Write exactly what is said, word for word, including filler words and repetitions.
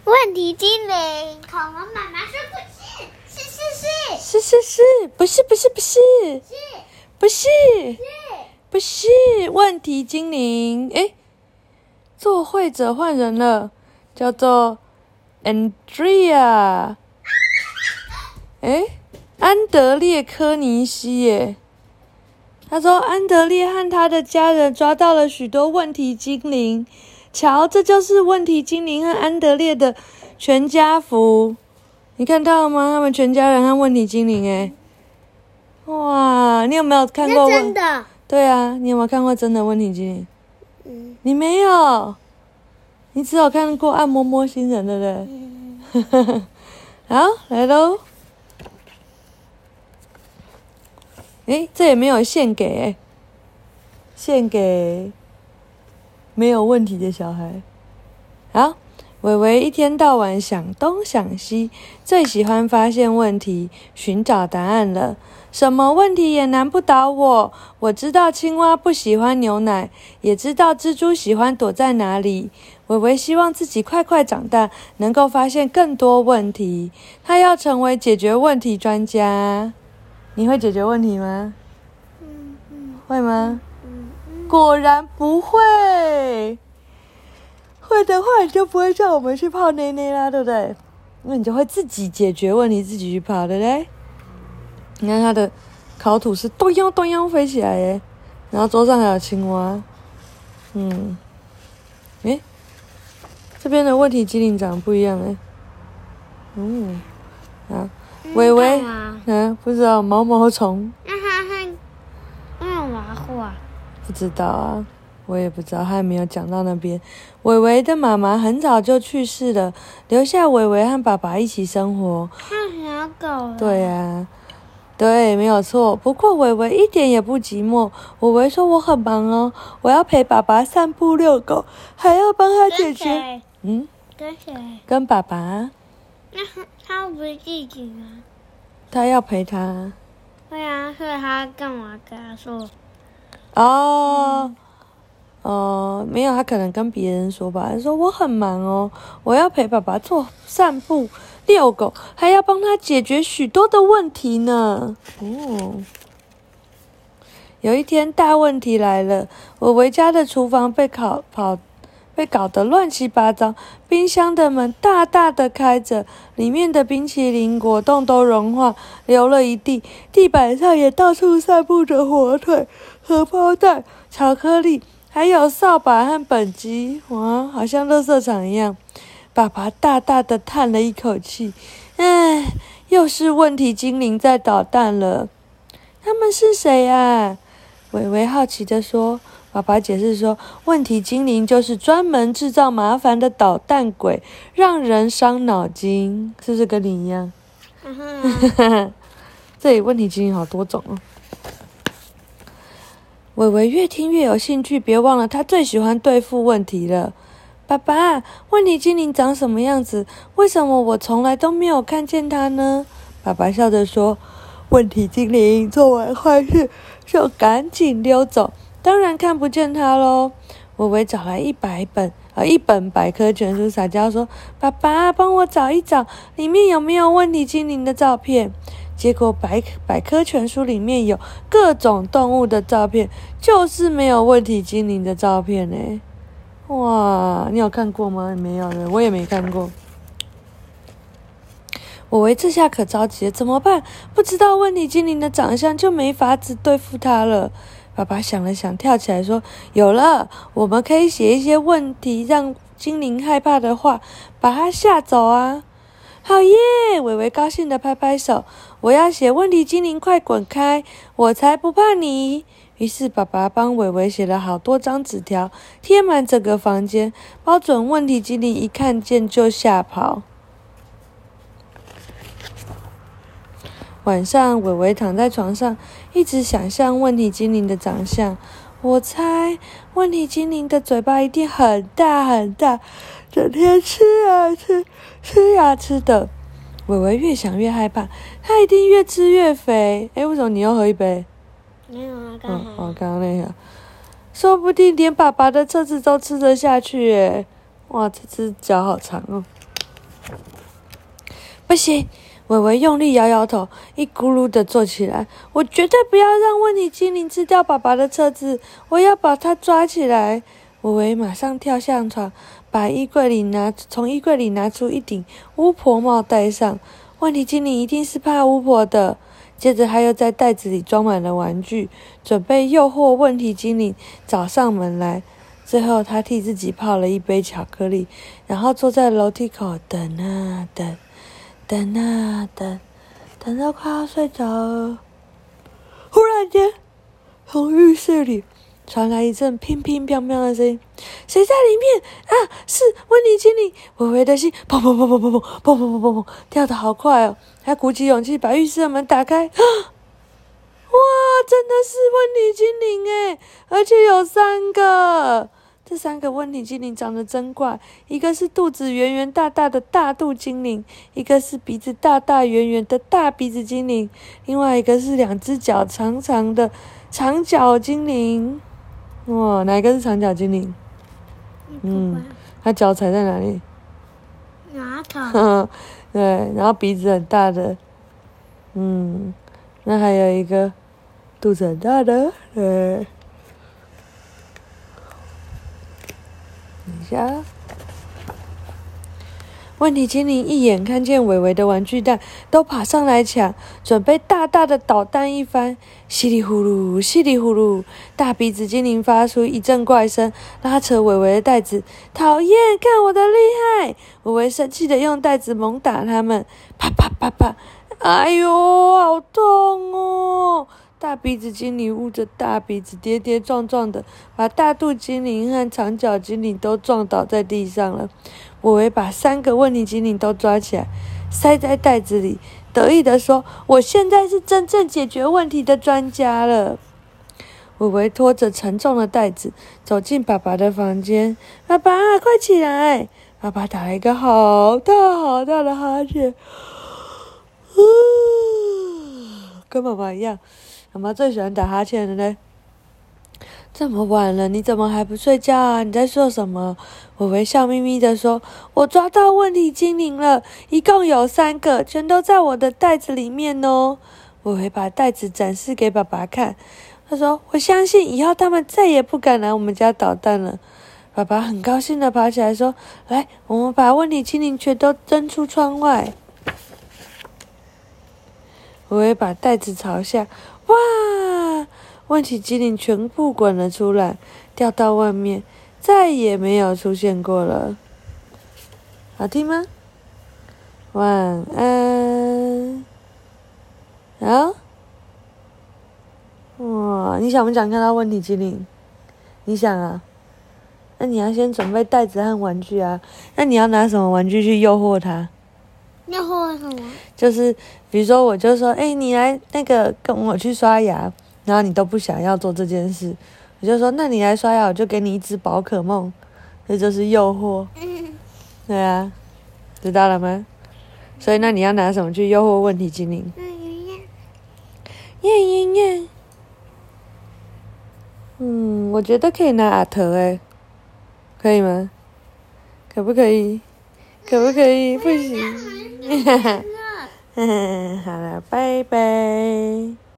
问题精灵，恐龙妈妈说不是，是是是， 是是是，不是不是不是， 是不是是， 不是问题精灵。诶，做会者换人了，叫做 Andrea。诶，安德烈科尼西耶。他说安德烈和他的家人抓到了许多问题精灵。瞧，这就是问题精灵和安德烈的全家福，你看到了吗？他们全家人和问题精灵，诶，哇！你有没有看过？ 真的？ 对啊，你有没有看过真的问题精灵？ 嗯， 你没有，你只有看过按摩摸星人，对不对？嗯、好，来喽！诶，这也没有献给，诶，献给没有问题的小孩。好，伟伟一天到晚想东想西，最喜欢发现问题，寻找答案了。什么问题也难不倒我。我知道青蛙不喜欢牛奶，也知道蜘蛛喜欢躲在哪里。伟伟希望自己快快长大，能够发现更多问题。他要成为解决问题专家。你会解决问题吗？ 嗯嗯， 会吗？ 嗯嗯， 果然不会。会的话，你就不会叫我们去泡内内啦，对不对？那你就会自己解决问题，自己去泡，对不对？你看它的烤吐司咚咚咚咚飞起来耶，然后桌上还有青蛙。嗯，诶，这边的问题精灵长不一样诶。嗯，好，伟伟，嗯，不知道毛毛虫。 那它和嗯老虎啊？ 不知道啊。我也不知道，他还没有讲到那边。伟伟的妈妈很早就去世了，留下伟伟和爸爸一起生活。 那小狗。 对啊，对，没有错。不过伟伟一点也不寂寞。伟伟说：“我很忙哦，我要陪爸爸散步遛狗，还要帮他解决。”嗯， 跟谁？ 跟爸爸。 那他他不是自己吗？ 他要陪他。 对啊，所以他干嘛跟他说？ 哦。嗯哦、呃，没有，他可能跟别人说吧。他说我很忙哦，我要陪爸爸做散步、遛狗，还要帮他解决许多的问题呢。哦，有一天大问题来了，伟伟家的厨房被烤跑，被搞得乱七八糟。冰箱的门大大的开着，里面的冰淇淋果冻都融化，流了一地。地板上也到处散布着火腿、荷包蛋、巧克力。还有扫把和本机，哇，好像垃圾场一样。爸爸大大的叹了一口气，唉，又是问题精灵在捣蛋了。他们是谁啊？伟伟好奇地说。爸爸解释说，问题精灵就是专门制造麻烦的捣蛋鬼，让人伤脑筋。是不是跟你一样？嗯、这里问题精灵好多种哦。伟伟越听越有兴趣，别忘了他最喜欢对付问题了。爸爸，问题精灵长什么样子？为什么我从来都没有看见他呢？爸爸笑着说，问题精灵做完坏事就赶紧溜走，当然看不见他咯。伟伟找来一百本呃一本百科全书，撒娇说，爸爸帮我找一找，里面有没有问题精灵的照片？结果百百科全书里面有各种动物的照片，就是没有问题精灵的照片呢。哇，你有看过吗？没有的，我也没看过。伟伟这下可着急了，怎么办？不知道问题精灵的长相，就没法子对付他了。爸爸想了想，跳起来说：“有了，我们可以写一些问题让精灵害怕的话，把他吓走啊！”好耶！伟伟高兴地拍拍手，我要写问题精灵快滚开，我才不怕你。于是爸爸帮伟伟写了好多张纸条，贴满整个房间，包准问题精灵一看见就吓跑。晚上，伟伟躺在床上，一直想象问题精灵的长相。我猜，问题精灵的嘴巴一定很大很大，整天吃啊吃，吃呀吃的。伟伟越想越害怕，他一定越吃越肥。诶，为什么你又喝一杯？ 没有啊，刚才。 哦，刚刚那个，说不定连爸爸的车子都吃得下去耶！哇，这只脚好长哦。 不行，伟伟用力摇摇头，一咕噜的坐起来。我绝对不要让问题精灵吃掉爸爸的车子，我要把它抓起来。伟伟马上跳上床，把衣柜里拿从衣柜里拿出一顶巫婆帽戴上。问题精灵一定是怕巫婆的。接着他又在袋子里装满了玩具，准备诱惑问题精灵找上门来。最后他替自己泡了一杯巧克力，然后坐在楼梯口等啊等，等啊等，等到快要睡着了。忽然间，从浴室里传来一阵乒乒乓乓的声音，谁在里面啊？是温妮精灵！微微的心砰砰砰砰砰砰砰砰砰砰砰跳得好快哦！他鼓起勇气把浴室的门打开，啊！哇，真的是温妮精灵诶，而且有三个。这三个问题精灵长得真怪，一个是肚子圆圆大大的大肚精灵，一个是鼻子大大圆圆的大鼻子精灵，另外一个是两只脚长长的长脚精灵。哇，哪一个是长脚精灵？嗯，它脚踩在哪里？ 马桶。 对，然后鼻子很大的，嗯，那还有一个肚子很大的，对。等一下，问题精灵一眼看见伟伟的玩具蛋，都跑上来抢，准备大大的捣蛋一番。稀里呼噜，稀里呼噜，大鼻子精灵发出一阵怪声，拉扯伟伟的袋子。讨厌，看我的厉害！伟伟生气的用袋子猛打他们，啪啪啪啪，哎呦，好痛哦！大鼻子精灵捂着大鼻子，跌跌撞撞的，把大肚精灵和长脚精灵都撞倒在地上了。伟伟把三个问题精灵都抓起来，塞在袋子里，得意地说：“我现在是真正解决问题的专家了。”伟伟拖着沉重的袋子走进爸爸的房间，爸爸，快起来！爸爸打了一个好大好大的哈欠，跟妈妈一样。妈妈最喜欢打哈欠了呢。这么晚了，你怎么还不睡觉啊？你在做什么？伟伟笑眯眯地说：“我抓到问题精灵了，一共有三个，全都在我的袋子里面哦。”伟伟把袋子展示给爸爸看，他说：“我相信以后他们再也不敢来我们家捣蛋了。”爸爸很高兴地爬起来说：“来，我们把问题精灵全都扔出窗外。”伟伟把袋子朝下，哇！问题精灵全部滚了出来，掉到外面，再也没有出现过了。好听吗？晚安。好。哇，你想不想看到问题精灵？你想啊？那你要先准备袋子和玩具啊。那你要拿什么玩具去诱惑他？ 诱惑什么？ 就是比如说，我就说，哎、欸，你来那个跟我去刷牙。然后你都不想要做这件事，我就说，那你来刷牙，我就给你一只宝可梦，这就是诱惑。 嗯， 对啊，知道了吗？所以那你要拿什么去诱惑问题精灵？耶耶耶！嗯，我觉得可以拿阿特诶，可以吗？可不可以？可不可以？不行。哈哈，好了，拜拜。